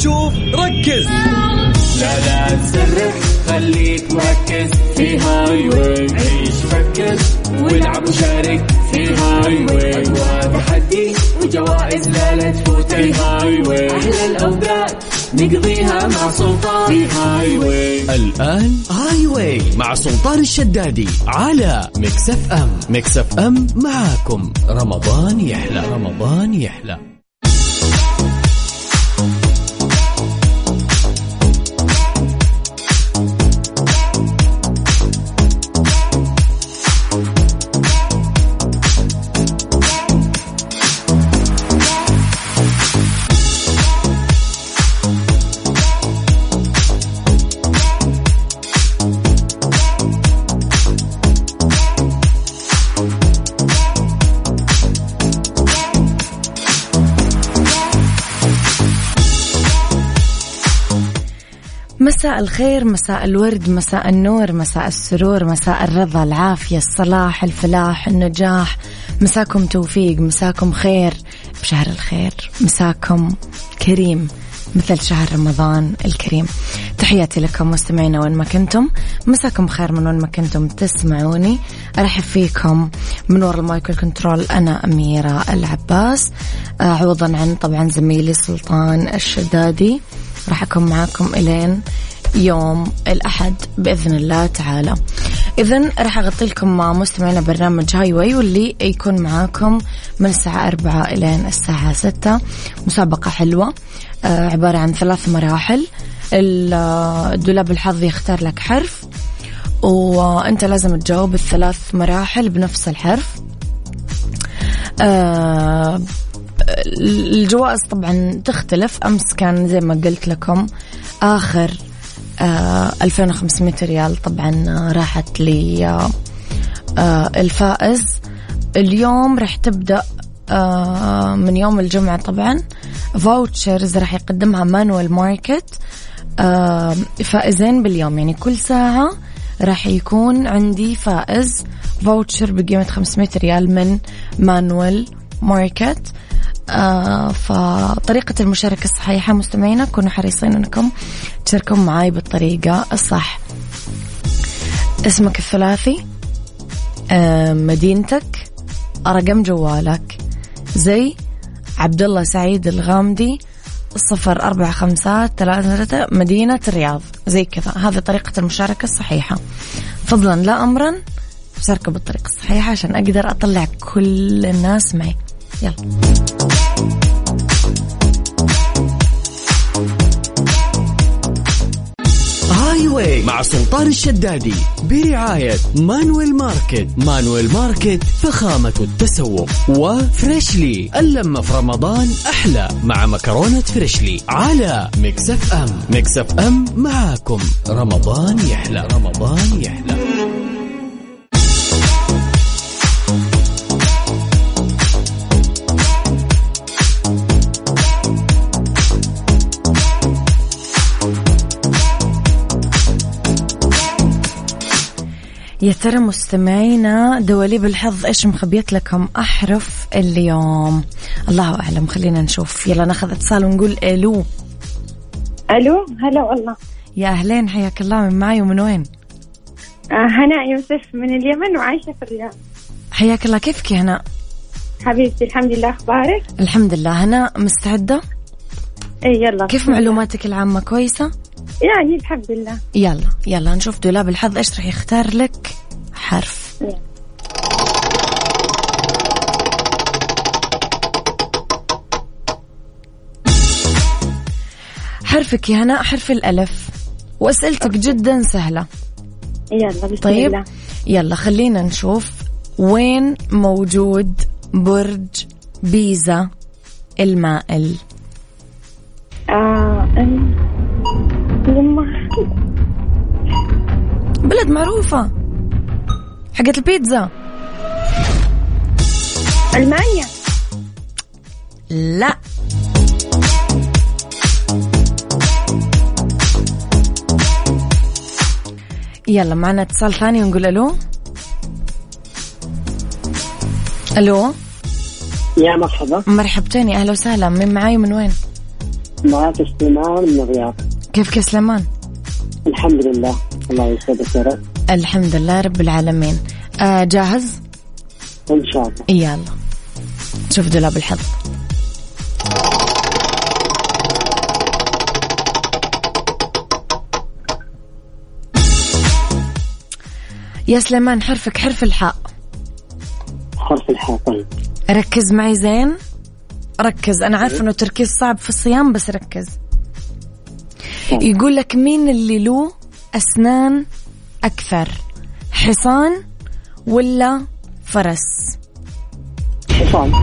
تشوف ركز، لا تسرح خليك مركز في هاي واي، عيش ركز والعب وشارك في هاي واي، وتحدي وجوائز لا تفوت في هاي واي، أحلى الأوقات نقضيها مع سلطان في هاي واي. الآن هاي واي مع سلطان الشدادي على ميكس اف ام. ميكس اف ام معاكم رمضان يحلى. رمضان يحلى. مساء الخير، مساء الورد، مساء النور، مساء السرور، مساء الرضا، العافية، الصلاح، الفلاح، النجاح. مساكم توفيق، مساكم خير بشهر الخير، مساكم كريم مثل شهر رمضان الكريم. تحياتي لكم مستمعينا وين ما كنتم، مساكم خير من وين ما كنتم تسمعوني. أرحب فيكم من وراء المايكل كنترول أنا أميرة العباس، عوضا عن طبعا زميلي سلطان الشدادي. راح أكون معاكم إلين يوم الأحد بإذن الله تعالى. إذن راح أغطي لكم مع مستمعينا برنامج هاي واي، واللي يكون معاكم من الساعة 4 إلين الساعة 6. مسابقة حلوة عبارة عن 3 مراحل. الدولاب الحظ يختار لك حرف، وأنت لازم تجاوب ال3 مراحل بنفس الحرف. الجوائز طبعا تختلف. أمس كان زي ما قلت لكم آخر 2500 ريال طبعا راحت لي الفائز. اليوم راح تبدأ من يوم الجمعة طبعا فاوتشرز راح يقدمها مانويل ماركت، فائزين باليوم، يعني كل ساعة راح يكون عندي فائز فاوتشر بقيمة 500 ريال من مانويل ماركت. فطريقة المشاركة الصحيحة مستمعينا كونوا حريصين أنكم تشاركون معاي بالطريقة الصح. اسمك الثلاثي، مدينتك، رقم جوالك، زي عبد الله سعيد الغامدي 045333 مدينة الرياض، زي كذا. هذه طريقة المشاركة الصحيحة. فضلا لا أمرا شاركوا بالطريقة الصحيحة عشان أقدر أطلع كل الناس معي. يلا هاي واي مع سلطان الشدادي برعاية مانويل ماركت. مانويل ماركت فخامة التسوق، وفريشلي اللمة في رمضان أحلى مع مكرونة فريشلي على ميكس اف ام. ميكس اف ام معاكم رمضان يحلى. رمضان يحلى. يا ترى مستمعينا دواليب الحظ إيش مخبيت لكم أحرف اليوم؟ الله أعلم. خلينا نشوف. يلا ناخذ اتصال ونقول ألو. ألو، هلا والله. يا أهلين، حياك الله. من معي ومن وين؟ هناء يوسف من اليمن وعايشة في الرياض. حياك الله. كيفك هناء؟ حبيبتي الحمد لله. أخبارك؟ الحمد لله. هناء مستعدة؟ إيه يلا. كيف معلوماتك العامة؟ كويسة؟ يعني الحمد لله. يلا نشوف دولاب الحظ إيش رح يختار لك حرف. حرفك يا هناء حرف الألف، وأسئلتك جدا سهلة. يلا بسم طيب الله. يلا خلينا نشوف وين موجود برج بيزا المائل. بلد معروفة حقت البيتزا. ألمانيا. لا. يلا معنا اتصال ثاني ونقول ألو. ألو يا مرحبا. مرحبتين، أهلا وسهلا. من معاي من وين؟ معك سليمان من الرياض. كيفك يا سليمان؟ الحمد لله، الله يسعدك يا رب. الحمد لله رب العالمين. جاهز؟ إن شاء الله. يلا شوف دولاب الحظ. يا سليمان حرفك حرف الحاء. حرف الحاء. طيب ركز معي زين، ركز. أنا عارفة أنه تركيز صعب في الصيام بس ركز. يقول لك مين اللي له أسنان أكثر، حصان ولا فرس؟ حصان.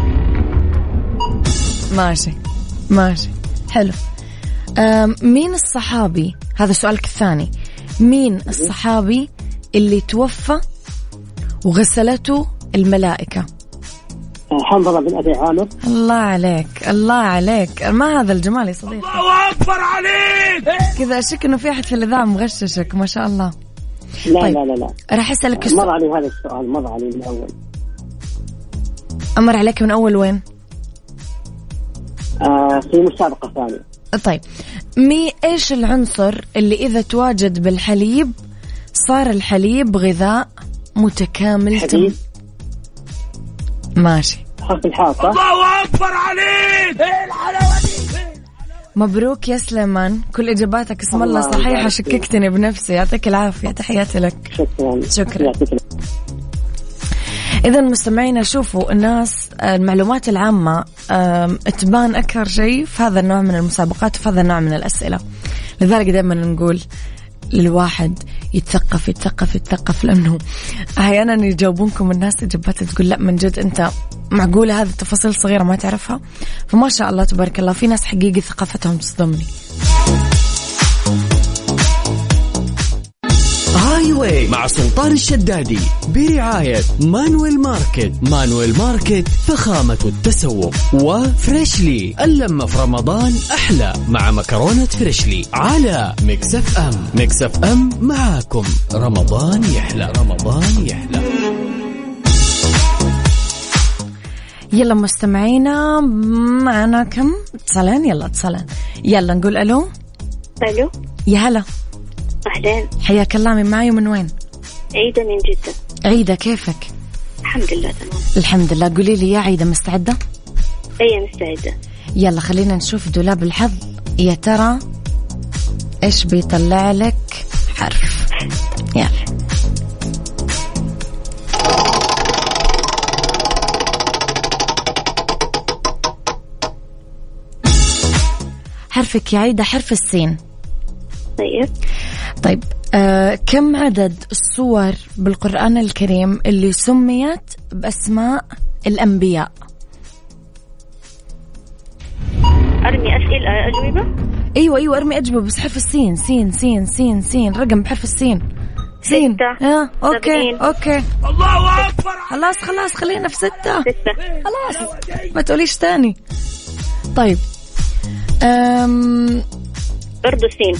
ماشي ماشي حلو. مين الصحابي، هذا سؤالك الثاني، مين الصحابي اللي توفى وغسلته الملائكة؟ حنظلة بن أبي عامر. الله عليك الله عليك، ما هذا الجمال يا صديقي. الله أكبر عليك. كذا أشك إنه في أحد في الإذاعة مغششك ما شاء الله. لا طيب. لا لا لا راح أسألك مر علي هذا السؤال، مر علي من أول. أمر عليك من أول وين؟ في مسابقة ثانية. طيب إيش العنصر اللي إذا تواجد بالحليب صار الحليب غذاء متكامل؟ حديد. ماشي. حرف الحاء. الله أكبر عليك. إيه الحلاوة دي؟ مبروك يا سليمان، كل إجاباتك اسم الله صحيحة، شككتني بنفسي. يعطيك العافية، تحياتي لك. شكرا. إذا مستمعينا شوفوا، الناس المعلومات العامة تبان أكثر شيء في هذا النوع من المسابقات وفي هذا النوع من الأسئلة. لذلك دائما نقول للواحد يتثقف، لأنه أحيانا يجاوبونكم الناس إجابات تقول لا من جد أنت معقولة هذه التفاصيل صغيرة ما تعرفها؟ فما شاء الله تبارك الله، في ناس حقيقي ثقافتهم تصدمني. هاي واي مع سلطان الشدادي برعاية مانويل ماركت. مانويل ماركت فخامة التسوق، وفريشلي اللمة في رمضان أحلى مع مكرونة فريشلي على ميكس اف ام. ميكس اف ام معاكم رمضان يحلى، رمضان يحلى. يلا مستمعينا، معنا كم اتصالين؟ يلا اتصالين، يلا نقول ألو. ألو يا هلا. أهلين، حياك الله. من معي ومن وين؟ عيدة من جدة. عيدة كيفك؟ الحمد لله تمام. الحمد لله. قولي لي يا عيدة، مستعدة؟ أي مستعدة. يلا خلينا نشوف دولاب الحظ، يا ترى إيش بيطلع لك حرف. يلا حرفك يا عيدة حرف السين. طيب كم عدد السور بالقرآن الكريم اللي سميت بأسماء الأنبياء؟ أرمي أسئلة أجوبة؟ أيوة أرمي أجوبة بس حرف السين. سين رقم بحرف السين. سين. أوكي. الله أكبر. خلاص خلينا في 6. خلاص ما تقوليش تاني. طيب برضو سين.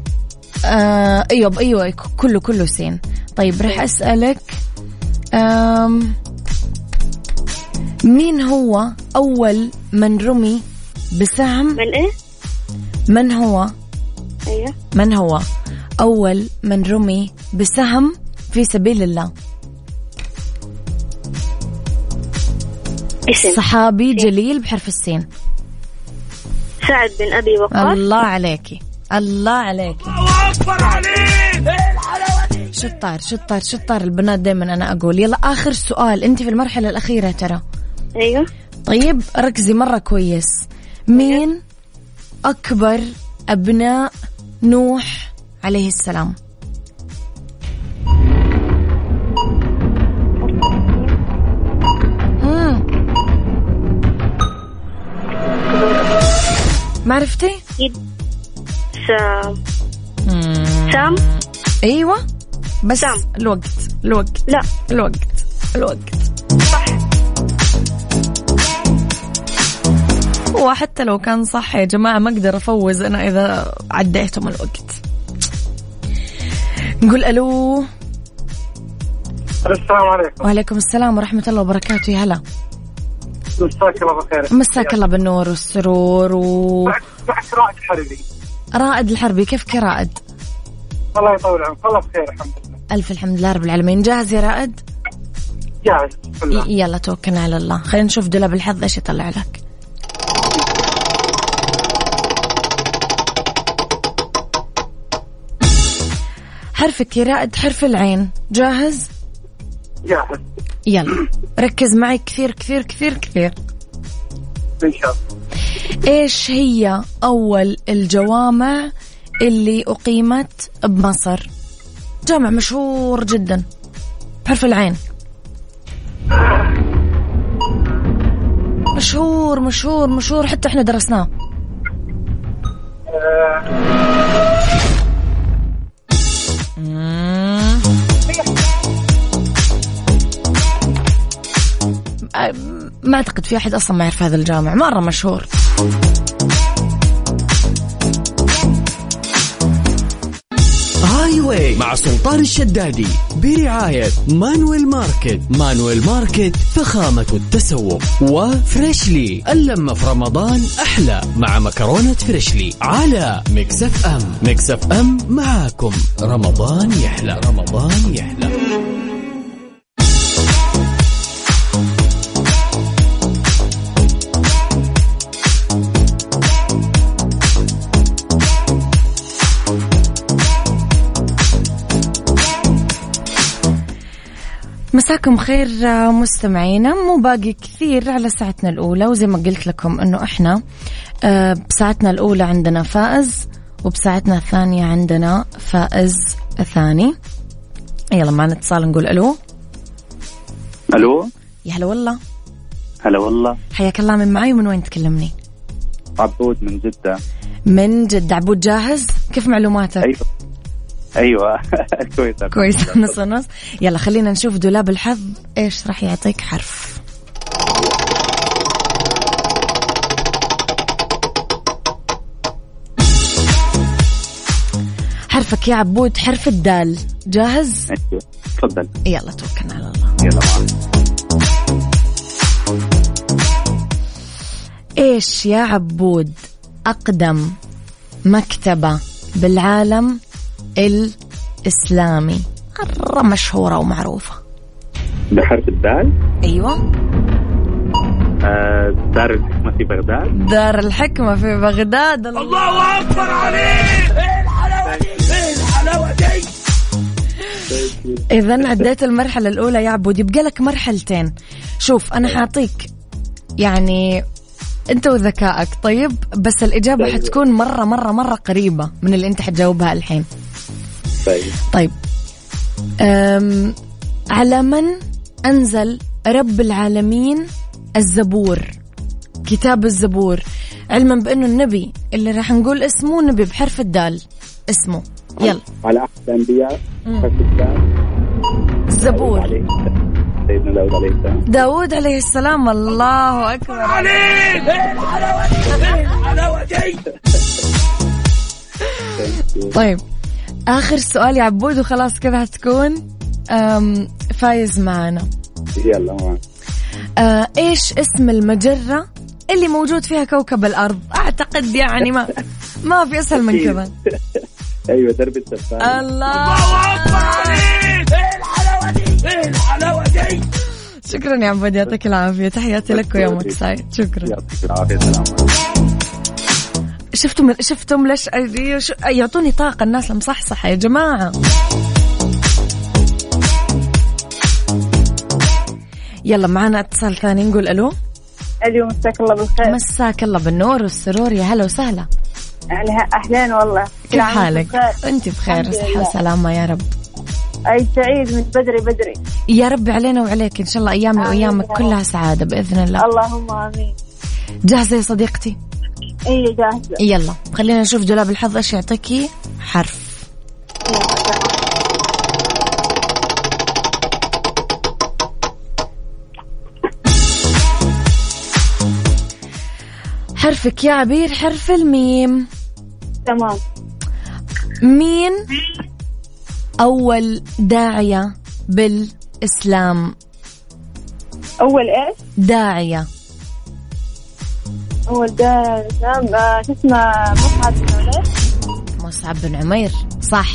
أيوة كله سين. طيب رح أسألك مين هو أول من رمي بسهم؟ من إيه؟ من هو؟ أيوة. من هو أول من رمي بسهم في سبيل الله؟ اسم صحابي جليل بحرف السين. سعد بن أبي وقاص. الله عليكي. الله أكبر عليك. شطار البنات دايما أنا أقول. يلا آخر سؤال، أنت في المرحلة الأخيرة ترى. أيوة. طيب ركزي مرة كويس. مين أكبر أبناء نوح عليه السلام؟ ما عرفتي؟ سام. أيوة بس سام. الوقت. لا الوقت صح. وحتى لو كان صح يا جماعة ما أقدر أفوز أنا إذا عديتم الوقت. نقول ألو. السلام عليكم. وعليكم السلام ورحمة الله وبركاته. يا هلا. مساك الله بالخير. مساك الله بالنور والسرور أصبحت رائد حربي. رائد الحربي، كيف كرائد؟ الله يطول عمرك. الله بخير الحمد لله. ألف الحمد لله رب العالمين. جاهز يا رائد؟ جاهز بسم الله. يلا توكلنا على الله. خلينا نشوف دولاب الحظ إيش يطلع لك. حرفك يا رائد حرف العين. جاهز؟ جاهز. يلا ركز معي كثير كثير كثير كثير إن شاء الله. إيش هي أول الجوامع اللي أقيمت بمصر؟ جامع مشهور جدا بحرف العين، مشهور مشهور مشهور، حتى احنا درسناه. ما أعتقد في أحد أصلا ما يعرف هذا الجامع، مرة مشهور. هاي واي مع سلطان الشدادي برعاية مانويل ماركت. مانويل ماركت فخامة التسوق، وفريشلي اللمة في رمضان أحلى مع مكرونة فريشلي على ميكس اف ام. ميكس اف ام معاكم رمضان يحلى. رمضان يحلى. مساكم خير مستمعينا، مو باقي كثير على ساعتنا الأولى، وزي ما قلت لكم أنه إحنا بساعتنا الأولى عندنا فائز، وبساعتنا الثانية عندنا فائز الثاني. يلا معنا اتصال، نقول ألو. ألو، يا هلا والله. هلا والله، حياك الله. من معي ومن وين تكلمني؟ عبود من جدة. من جدة. عبود جاهز؟ كيف معلوماتك؟ أيوة كويس نص نص. يلا خلينا نشوف دولاب الحظ إيش راح يعطيك حرف. حرفك يا عبود حرف الدال. جاهز؟ أيوة تفضل. يلا توكلنا على الله. يلا معك. إيش يا عبود أقدم مكتبة بالعالم الإسلامي؟ مرة مشهورة ومعروفة. بحرف الدال. أيوة. دار الحكمة في بغداد. دار الحكمة في بغداد. الله أكبر عليك. إيه الحلاوة دي، إيه الحلاوة دي. إذن عديت المرحلة الأولى يا عبود، يبقى لك مرحلتين. شوف أنا حاعطيك يعني أنت وذكائك، طيب بس الإجابة حتكون مرة مرة مرة قريبة من اللي أنت حتجاوبها الحين. طيب على من أنزل رب العالمين الزبور، كتاب الزبور، علما بأنه النبي اللي راح نقول اسمه نبي بحرف الدال، اسمه يلا. على أحد الأنبياء حرف الدال. الزبور. سيدنا داود عليه السلام. داود عليه السلام. الله أكبر عليك. طيب آخر سؤال يا عبود وخلاص كذا هتكون فايز معنا. يلا معنا. إيش اسم المجرة اللي موجود فيها كوكب الأرض؟ أعتقد يعني ما في أسهل من كذا. أيوة درب التفاح. الله أكبر عليك. إيه الحلاوة دي، إيه الحلاوة دي. شكرا يا عبود، يعطيك العافية. تحياتي لك ويومك سعيد. شكرا. يعطيك العافية. سلام. شفتم ليش يعطوني طاقة الناس المصحصحة يا جماعة. يلا معنا اتصال ثاني، نقول ألو. ألو، مساك الله بالخير. مساك الله بالنور والسرور، يا هلا وسهلا. أهلين والله. كيف حالك؟ أنت بخير صحة وسلامة يا رب. أي سعيد من بدري يا رب علينا وعليك إن شاء الله، أيامي وأيامك كلها سعادة بإذن الله. اللهم آمين. جاهزة يا صديقتي؟ إيه جاهزة. يلا خلينا نشوف دولاب الحظ إيش يعطيكي حرف. حرفك يا عبير حرف الميم. تمام. مين أول داعية بالإسلام؟ أول إيش؟ داعية. هو ده شو اسمه مصعب بن عمير. مصعب بن عمير صح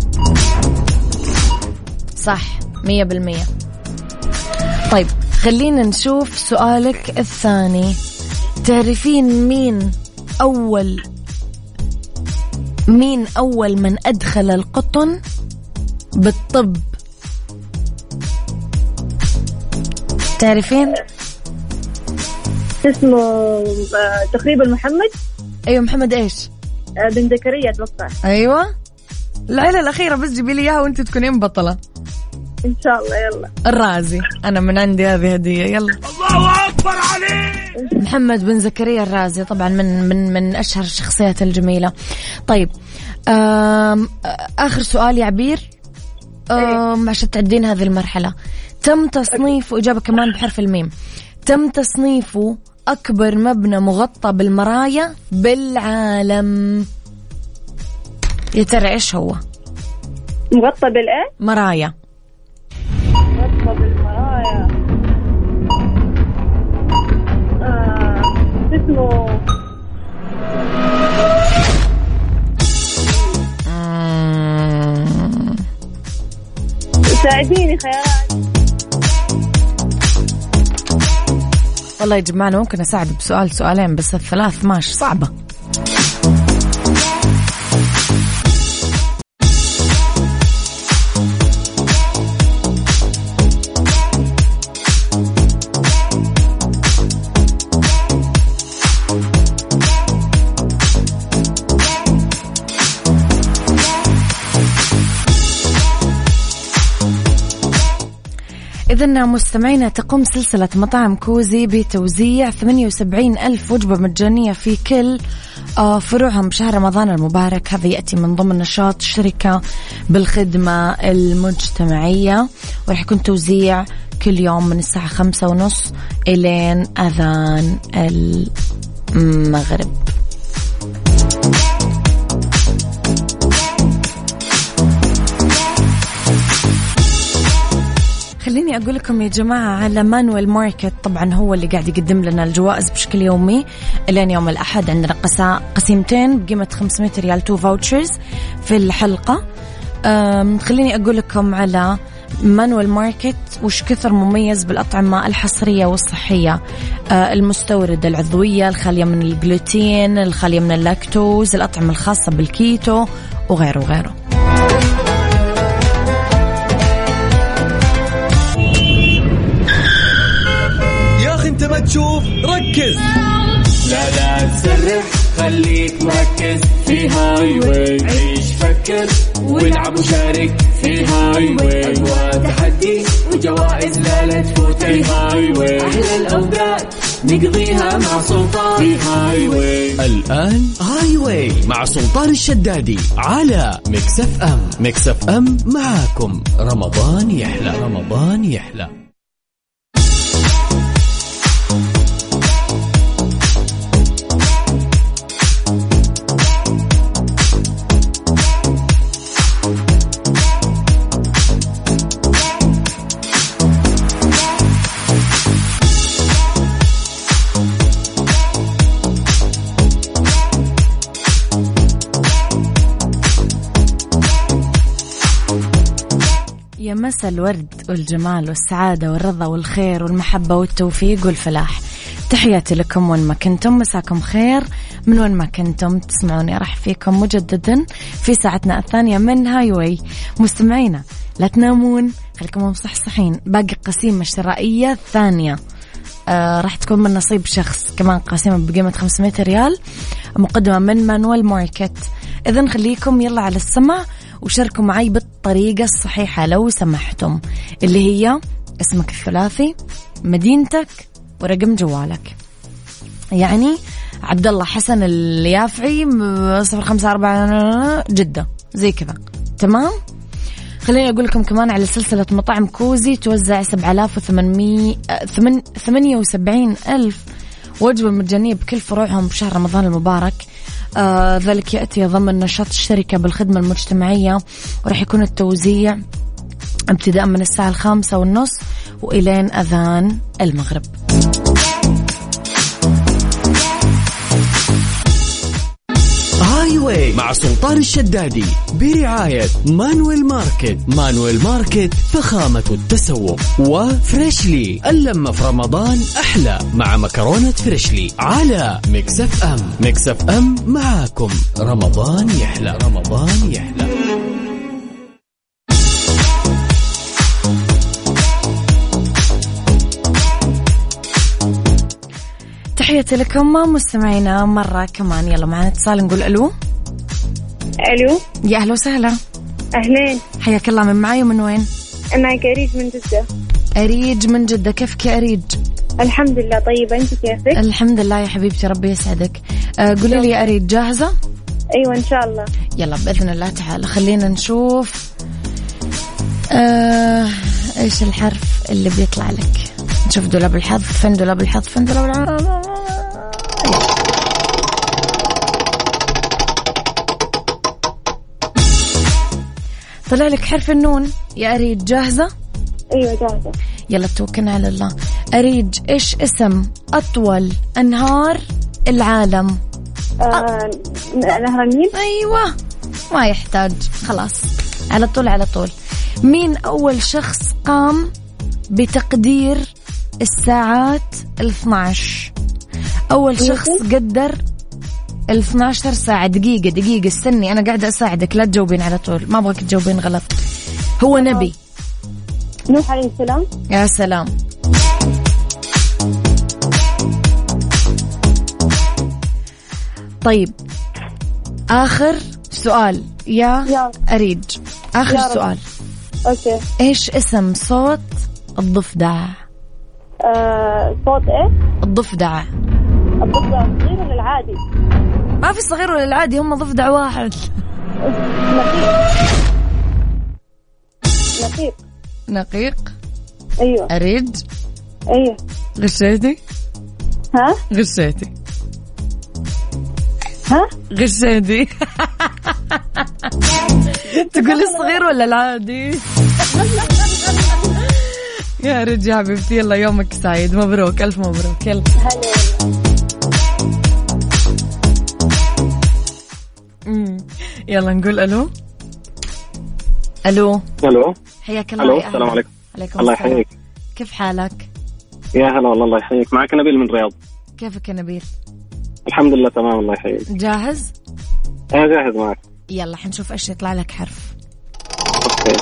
100%. طيب خلينا نشوف سؤالك الثاني. تعرفين مين أول من أدخل القطن بالطب؟ تعرفين؟ اسمه تقريبا محمد. أيوة محمد إيش؟ بن زكريا أتوقع. أيوة العيلة الأخيرة بس جيبي لي إياها وأنت تكونين بطلة إن شاء الله. يلا الرازي، أنا من عندي هذه هدية. يلا الله أكبر عليك. محمد بن زكريا الرازي طبعا من أشهر الشخصيات الجميلة. طيب آخر سؤال يا عبير عشان تعدين هذه المرحلة. تم تصنيف، وإجابة كمان بحرف الميم، تم تصنيف أكبر مبنى مغطى بالمرايا بالعالم. يا ترى إيش هو؟ مغطى بالإيه؟ مرايا. مغطى بالمرايا. اسمه ساعديني خيارات. والله يا جماعة ممكن أساعد بسؤال سؤالين بس الثلاث ماشي صعبة. إذن مستمعينا تقوم سلسلة مطاعم كوزي بتوزيع 78,000 وجبة مجانية في كل فروعهم بشهر رمضان المبارك. هذا يأتي من ضمن نشاط الشركة بالخدمة المجتمعية، ورح يكون توزيع كل يوم من الساعة 5:30 إلين أذان المغرب. خليني أقول لكم يا جماعة على مانويل ماركت، طبعا هو اللي قاعد يقدم لنا الجوائز بشكل يومي إلين يوم الأحد. عندنا قسيمتين بقيمة 500 ريال 2 فاوتشرز في الحلقة. خليني أقول لكم على مانويل ماركت وش كثر مميز بالأطعمة الحصرية والصحية المستوردة العضوية الخالية من الجلوتين الخالية من اللاكتوز، الأطعمة الخاصة بالكيتو وغيره وغيره. انت ما تشوف ركز، لا تسرح خليك مركز في هاي واي. عيش فكر والعب وشارك في هاي واي. أجواء تحدي وجوائز لا تفوت في هاي واي. أحلى الأوقات نقضيها مع سلطان في هاي واي. الآن هاي واي مع سلطان الشدادي على ميكس اف ام. ميكس اف ام معاكم رمضان يحلى. رمضان يحلى. يا مسا الورد والجمال والسعادة والرضا والخير والمحبة والتوفيق والفلاح. تحياتي لكم وين ما كنتم، مساكم خير من وين ما كنتم تسمعوني. راح فيكم مجددا في ساعتنا الثانية من هاي واي. مستمعينا لا تنامون، خليكم مصحصحين، باقي قسيمة شرائية ثانية راح تكون من نصيب شخص، كمان قسيمة بقيمة 500 ريال مقدمة من مانويل ماركت. إذن خليكم يلا على السمع وشاركوا معي بالطريقة الصحيحة لو سمحتم، اللي هي اسمك الثلاثي، مدينتك، ورقم جوالك. يعني عبد الله حسن اليافعي 054 جدة زي كذا. تمام. خليني أقول لكم كمان على سلسلة مطاعم كوزي توزع 78,000 وجبة مجانية بكل فروعهم بشهر رمضان المبارك. ذلك يأتي ضمن نشاط الشركة بالخدمة المجتمعية، ورح يكون التوزيع ابتداء من الساعة 5:30 وإلين أذان المغرب. واي مع سلطان الشدادي برعاية مانويل ماركت. مانويل ماركت فخامة التسوق. وفريشلي اللمة في رمضان أحلى مع مكرونة فريشلي على ميكس اف ام. ميكس اف ام معاكم رمضان يحلى. رمضان يحلى. تحياتي لكم مستمعينا مرة كمان. يلا معنا اتصال نقول ألو. ألو، يا أهلا وسهلا. أهلين، حياك الله. من معي ومن وين؟ معك أريج من جدة. أريج من جدة، كيفك يا أريج؟ الحمد لله طيبة، أنت كيفك؟ الحمد لله يا حبيبتي، ربي يسعدك. قولي لي يا أريج، جاهزة؟ أيوة إن شاء الله. يلا بإذن الله تعالى خلينا نشوف إيش الحرف اللي بيطلع لك. نشوف دولاب الحظ. فين دولاب الحظ؟ فين دولاب الحظ؟ طلع لك حرف النون يا أريج. جاهزة؟ أيوة جاهزة. يلا توكلنا على الله. أريج، إيش اسم أطول أنهار العالم؟ نهر النيل. أيوة، ما يحتاج، خلاص على طول على طول. مين أول شخص قام بتقدير الساعات 12؟ أول شخص قدر 12 ساعة. دقيقة استني، أنا قاعدة أساعدك، لا تجاوبين على طول، ما أبغاك تجاوبين غلط. هو نبي. نوح عليه السلام. يا سلام. طيب آخر سؤال يا أريج، آخر سؤال. أوكي. إيش اسم صوت الضفدع؟ صوت إيه؟ الضفدع. الضفدع الصغير ولا العادي؟ ما في صغير ولا العادي، هم ضفدع واحد. نقيق. نقيق. أيوة. أريج. أيوة. غشيتي؟ ها؟ غشيتي. ها؟ غشيتي. تقولي الصغير ولا العادي؟ يا رجال حبيبتي، يلا يومك سعيد، مبروك، ألف مبروك. يلا يلا نقول ألو. ألو. الو. حياك الله. الو، السلام عليكم. عليكم الله السلام. يحييك. كيف حالك؟ يا هلا والله، الله يحييك. معك نبيل من الرياض. كيفك يا نبيل؟ الحمد لله تمام، الله يحييك. جاهز؟ جاهز معك. يلا حنشوف ايش يطلع لك حرف. اوكي.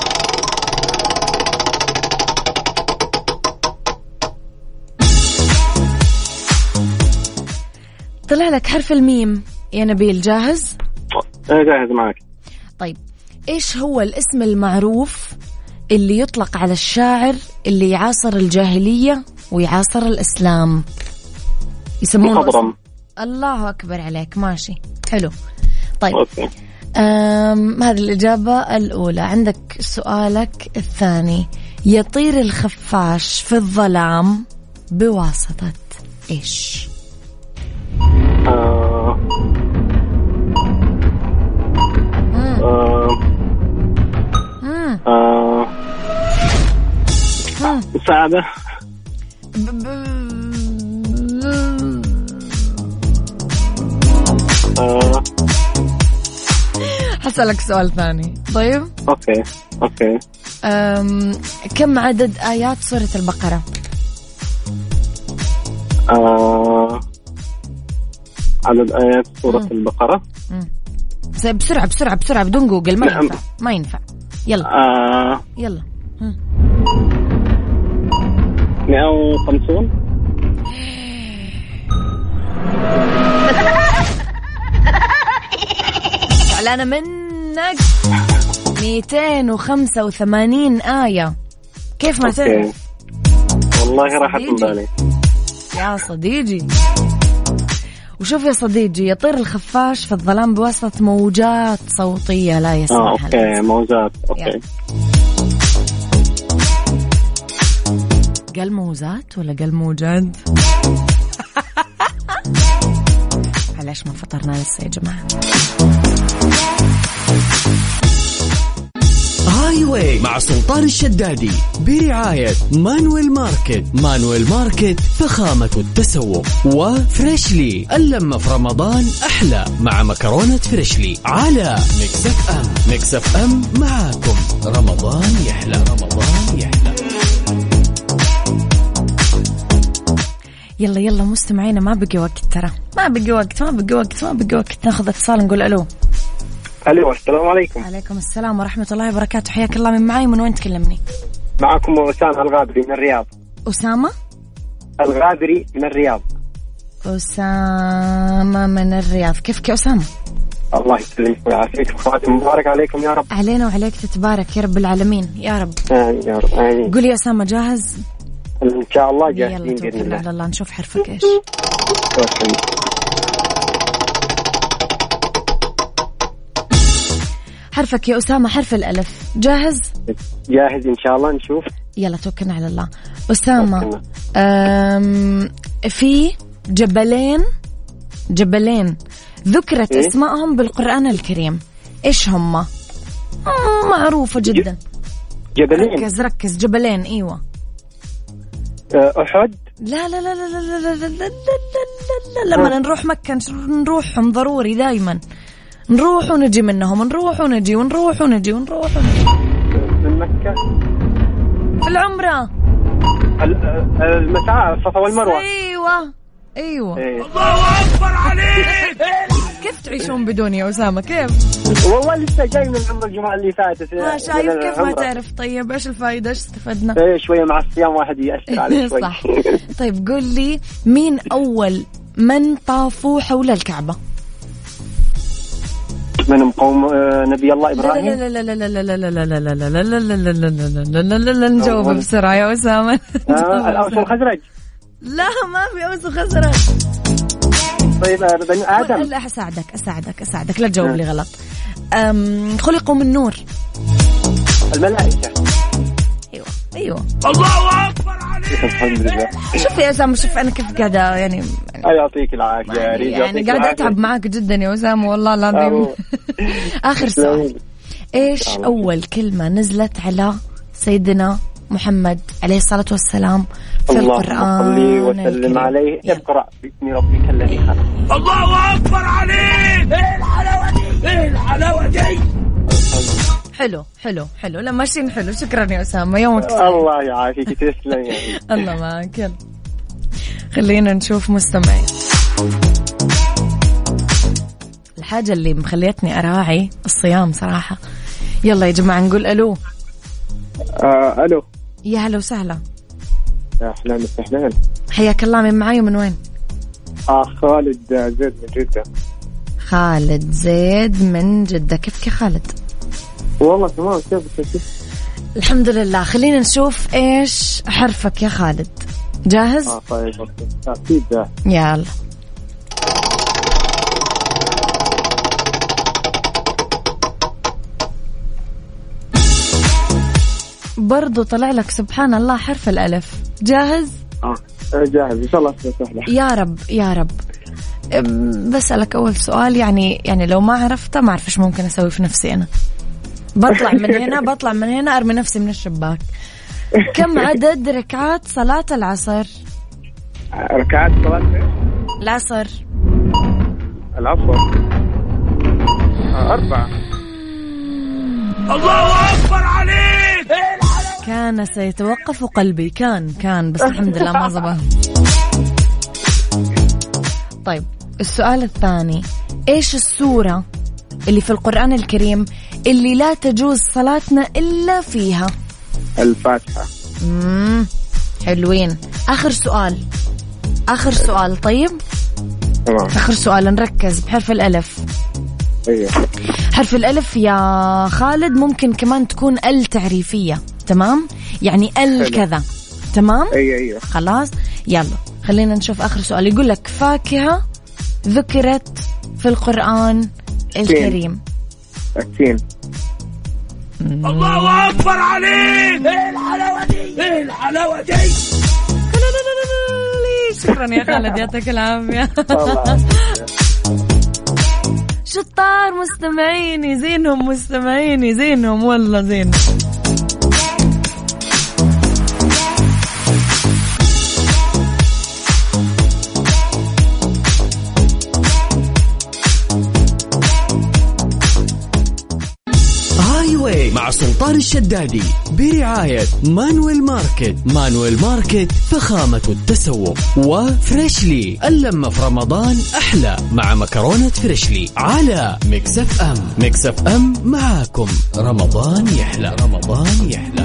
طلع لك حرف الميم يا نبيل. جاهز؟ جاهز معك. طيب ايش هو الاسم المعروف اللي يطلق على الشاعر اللي يعاصر الجاهلية ويعاصر الإسلام؟ يسمونه مخضرم. الله أكبر عليك، ماشي حلو. طيب اوكي. هذه الإجابة الأولى. عندك سؤالك الثاني. يطير الخفاش في الظلام بواسطة إيش؟ مساعدة. حسألك سؤال ثاني. طيب اوكي. كم عدد آيات سورة البقرة؟ عدد آيات سورة البقرة. بسرعة بدون جوجل. ما ينفع. يلا يلا. 150. على منك 285 آية. كيف ما تعرف؟ والله راحت من بالي يا صديقي. وشوف يا صديقي، يطير الخفاش في الظلام بواسطة موجات صوتية لا يسمعها. اوكي، موجات. اوكي. قال موزات ولا قال موجات؟ علاش ما فطرنا لسه يا جماعة؟ هاي واي مع سلطان الشدادي برعاية مانويل ماركت. مانويل ماركت فخامة التسوق. وفريشلي اللمة في رمضان أحلى مع مكرونة فريشلي على ميكس اف ام. ميكس اف ام معاكم رمضان يحلى. رمضان يحلى. يلا مستمعينا ما بقي وقت، ترى ما بقي وقت. ناخذ اتصال نقول الو. الو السلام عليكم. عليكم السلام ورحمة الله وبركاته. حياك الله. من معي من وين تكلمني؟ معكم أسامة الغابري من الرياض. أسامة الغابري من الرياض. أسامة من الرياض. كيفك يا أسامة؟ الله يسلمك ويعافيك وخاتم مبارك عليكم يا رب. علينا وعليك تتبارك يا رب العالمين يا رب. آمين يا رب آمين. قول يا أسامة جاهز؟ إن شاء الله جاهزين يلا بإذن توكلنا الله. على الله. نشوف حرفك إيش. حرفك يا أسامة حرف الألف. جاهز؟ جاهز إن شاء الله. نشوف. يلا توكلنا على الله. أسامة في جبلين ذكرت اسمائهم بالقرآن الكريم، إيش هم؟ معروفة جدا. جبلين. ركز جبلين. أيوة. أحد. لا لا لا لا لا لا لا لا لا. لما نروح مكة نروحهم ضروري دايما. نروح ونجي منهم. نروح ونجي. من مكة. في العمرة. المسعى الصفا والمروة. أيوة. الله أكبر عليك. كيف تعيشون بدون يا أسامة؟ كيف؟ والله لسه جاي من عمر الجمعة اللي فاتت. شايف كيف ما تعرف؟ طيب إيش الفائدة؟ إيش استفدنا؟ شوية مع الصيام واحد يأثر عليه شوي. صح. طيب قول لي مين أول من طافوا حول الكعبة؟ من قوم نبي الله إبراهيم. لا لا لا لا لا لا لا لا لا لا لا لا لا لا لا. نجاوب بسرعة يا أسامة. الأوس والخزرج. لا ما في أوس وخزرج. طيب بني آدم. لا أساعدك لا تجاوب لي غلط. خلقوا من نور. الملائكة. أيوة. الله أكبر عليك. الحمد لله. شوف يا أسامة، شوف أنا كيف قاعدة يعني يعطيك العافية يعني قاعدة أتعب معاك جدا يا أسامة والله العظيم. آخر سؤال. إيش أول كلمة نزلت على سيدنا محمد عليه الصلاة والسلام في القرآن؟ اللهم صل وسلم عليه. اقرأ باسم ربك الذي خلق. الله أكبر عليك. إيه الحلاوة دي. حلو لما ماشيين حلو. شكرا يا أسامة، يومك سعيد. الله يعافيك. تسلم يعني. الله معك. خلينا نشوف مستمعين. الحاجة اللي مخليتني أراعي الصيام صراحة. يلا يا جماعة نقول ألو. ألو. يا هلا وسهلا. يا أهلا وسهلا. حياك الله. من معاي ومن وين؟ خالد زيد من جدة. خالد زيد من جدة. كيفك يا خالد؟ والله تمام. كيف؟ الحمد لله. خلينا نشوف إيش حرفك يا خالد. جاهز؟ طيب أكيد جاهز. يلا. برضو طلع لك سبحان الله حرف الألف. جاهز؟ جاهز إن شاء الله. سهلة. يا رب. بسألك أول سؤال يعني لو ما عرفته ما أعرف إيش ممكن أسوي في نفسي أنا. بطلع من هنا أرمي نفسي من الشباك. كم عدد ركعات صلاة العصر؟ ركعات صلاة العصر. 4. الله أكبر عليك. كان سيتوقف قلبي. كان بس الحمد لله ما زبط. طيب السؤال الثاني. إيش السورة اللي في القرآن الكريم اللي لا تجوز صلاتنا إلا فيها؟ الفاتحة. حلوين. آخر سؤال. طيب تمام. آخر سؤال. نركز بحرف الألف. أيوة. حرف الألف يا خالد ممكن كمان تكون التعريفية. تمام يعني كذا. تمام. أيوة. خلاص يلا خلينا نشوف آخر سؤال. يقول لك فاكهة ذكرت في القرآن الكريم. التين. الله أكبر عليك. إيه الحلاوة دي. شكرا يا خالد، يعطيك العافية. شطار مستمعيني، زينهم مستمعيني، زينهم والله زينهم. هاي واي مع سلطان الشدادي برعاية مانويل ماركت. مانويل ماركت فخامة التسوق. وفريشلي اللمة في رمضان أحلى مع مكرونة فريشلي على ميكس اف ام. ميكس اف ام معاكم رمضان يحلى، رمضان يحلى.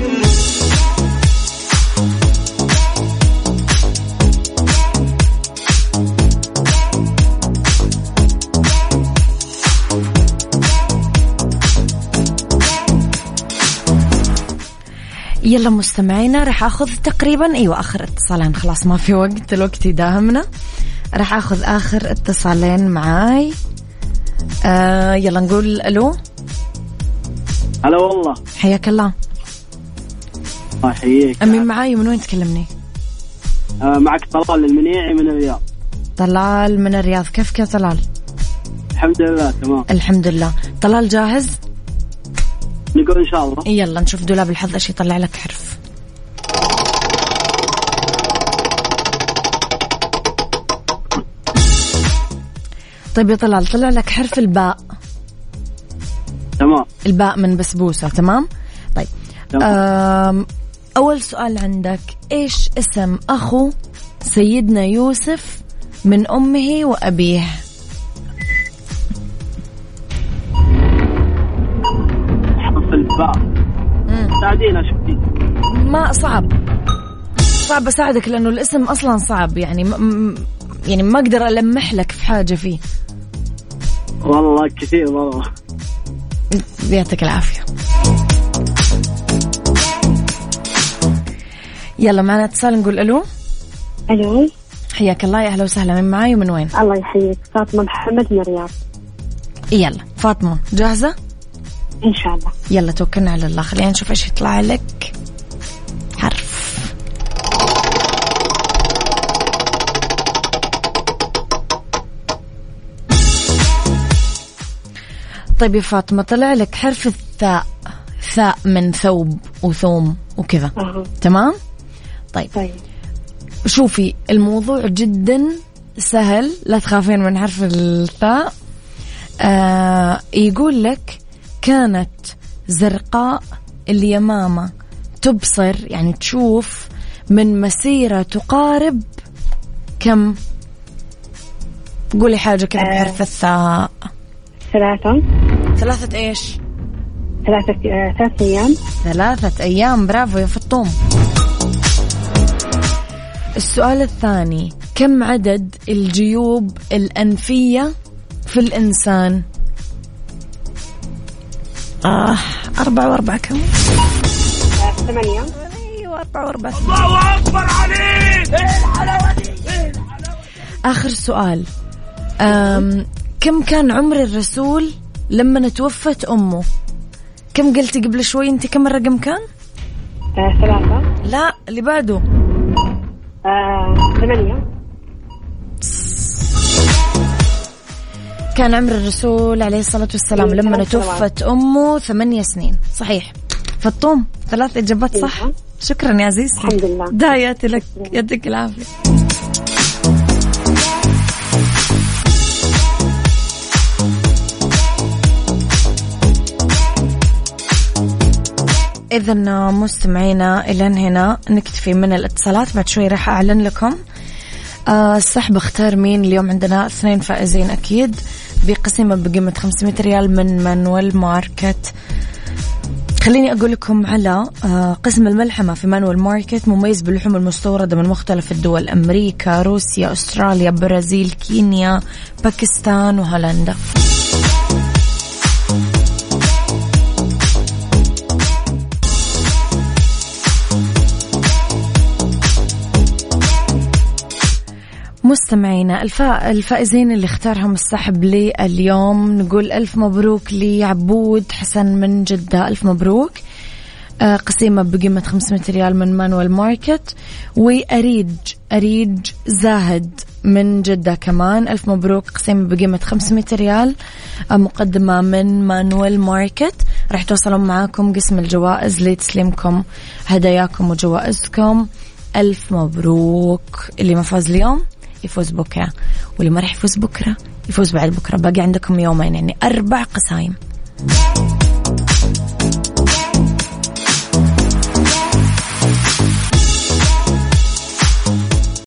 يلا مستمعينا، رح أخذ تقريبا آخر اتصالين، خلاص ما في وقت، الوقت يداهمنا. رح أخذ آخر اتصالين معاي. يلا نقول ألو. هلا والله. حياك الله. حياك. أمين معاي، من وين تكلمني؟ معك طلال المنيعي من الرياض. طلال من الرياض، كيفك يا طلال؟ الحمد لله تمام. الحمد لله. طلال جاهز؟ نقول إن شاء الله. يلا نشوف دولاب الحظ ايش يطلع لك حرف. طيب يا طلال، طلع لك حرف الباء. تمام. الباء من بسبوسة. تمام. طيب تمام. أول سؤال عندك، إيش اسم أخو سيدنا يوسف من أمه وأبيه؟ ساعدينا شوفي. ما صعب أساعدك لأنه الاسم أصلا صعب، يعني ما أقدر ألمح لك في حاجة فيه. والله كثير والله. يعطيك العافية. يلا معنا اتصال، نقول ألو. ألو. حياك الله، يا أهلا وسهلا. من معاي ومن وين؟ الله يحييك، فاطمة محمد من الرياض. يلا فاطمة جاهزة؟ إن شاء الله. يلا توكلنا على الله، خلينا نشوف إيش يطلع لك حرف. طيب يا فاطمة، طلع لك حرف الثاء. ثاء من ثوب وثوم وكذا. تمام؟ طيب شوفي، الموضوع جدا سهل، لا تخافين من حرف الثاء. يقول لك كانت زرقاء اليمامة تبصر، يعني تشوف من مسيرة تقارب كم؟ قولي حاجة كذا بحرف الثاء. 3. 3 إيش؟ 3 أيام. 3 أيام، برافو يا فطوم. السؤال الثاني، كم عدد الجيوب الأنفية في الإنسان؟ 4 و4 كم؟ 8. أيوة 4 و4. الله أكبر عليك. إيه الحلاوة دي؟ آخر سؤال، كم كان عمر الرسول لما توفت أمه؟ كم قلتي قبل شوي أنت؟ كم الرقم كان؟ 3. لا اللي بعده. 8. كان عمر الرسول عليه الصلاة والسلام لما توفت أمه 8 سنين. صحيح فطوم، 3 إجابات صح. شكرا يا عزيزتي، الحمد لله. داياتي لك، يديك العافية. إذن مستمعينا إلى هنا نكتفي من الاتصالات، بعد شوي راح أعلن لكم السحب. اختار مين اليوم؟ عندنا 2 فائزين أكيد بقسيمة بقيمة 500 ريال من مانويل ماركت. خليني أقول لكم على قسم الملحمة في مانويل ماركت، مميز باللحوم المستوردة من مختلف الدول، أمريكا، روسيا، أستراليا، برازيل، كينيا، باكستان وهولندا. مستمعينا الفائزين اللي اختارهم السحب لي اليوم، نقول ألف مبروك لعبود حسن من جدة، ألف مبروك. قسيمة بقيمة 500 ريال من مانويل ماركت. وأريج زاهد من جدة كمان. ألف مبروك، قسيمة بقيمة 500 ريال مقدمة من مانويل ماركت. راح توصلون معاكم قسم الجوائز لتسليمكم هداياكم وجوائزكم. ألف مبروك. اللي ما فاز اليوم يفوز بكرة، واللي ما راح يفوز بكرة يفوز بعد بكرة. باقي عندكم يومين، يعني 4 قسايم.